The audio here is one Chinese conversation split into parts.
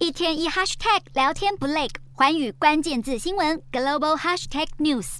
一天一 hashtag 聊天不累，寰宇关键字新闻 global hashtag news。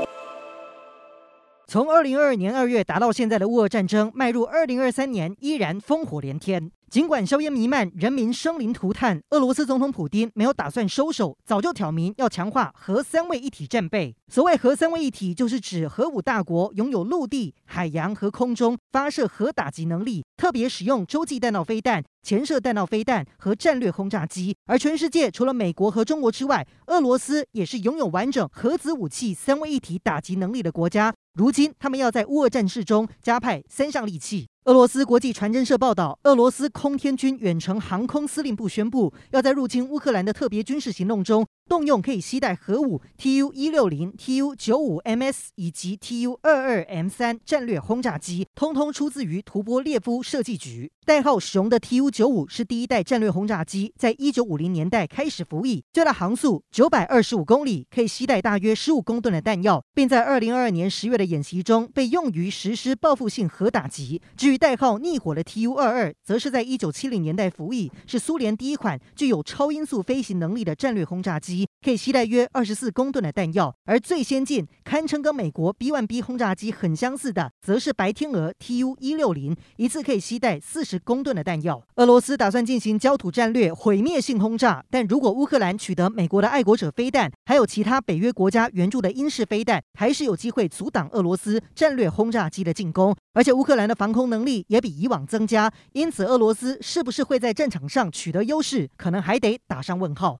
从2022年2月打到现在的乌俄战争，迈入2023年，依然烽火连天。尽管硝烟弥漫，人民生灵涂炭，俄罗斯总统普丁没有打算收手，早就挑明要强化核三位一体战备。所谓核三位一体，就是指核武大国拥有陆地、海洋和空中发射核打击能力，特别使用洲际弹道飞弹、潜射弹道飞弹和战略轰炸机。而全世界除了美国和中国之外，俄罗斯也是拥有完整核子武器三位一体打击能力的国家。如今，他们要在乌俄战事中加派3项利器。俄罗斯国际传真社报道，俄罗斯空天军远程航空司令部宣布，要在入侵乌克兰的特别军事行动中动用可以携带核武 Tu-160、Tu-95MS 以及 Tu-22M3 战略轰炸机，通通出自于图波列夫设计局。代号熊的 Tu-95是第一代战略轰炸机，在1950年代开始服役，最大航速925公里，可以携带大约15公吨的弹药，并在2022年10月的演习中被用于实施报复性核打击。至于代号逆火的 Tu-22，则是在1970年代服役，是苏联第一款具有超音速飞行能力的战略轰炸机，可以携带约24公吨的弹药。而最先进，堪称跟美国 B-1B 轰炸机很相似的，则是白天鹅 Tu-160，一次可以携带40公吨的弹药。俄罗斯打算进行焦土战略，毁灭性轰炸，但如果乌克兰取得美国的爱国者飞弹，还有其他北约国家援助的鹰式飞弹，还是有机会阻挡俄罗斯战略轰炸机的进攻。而且乌克兰的防空能力也比以往增加，因此俄罗斯是不是会在战场上取得优势，可能还得打上问号。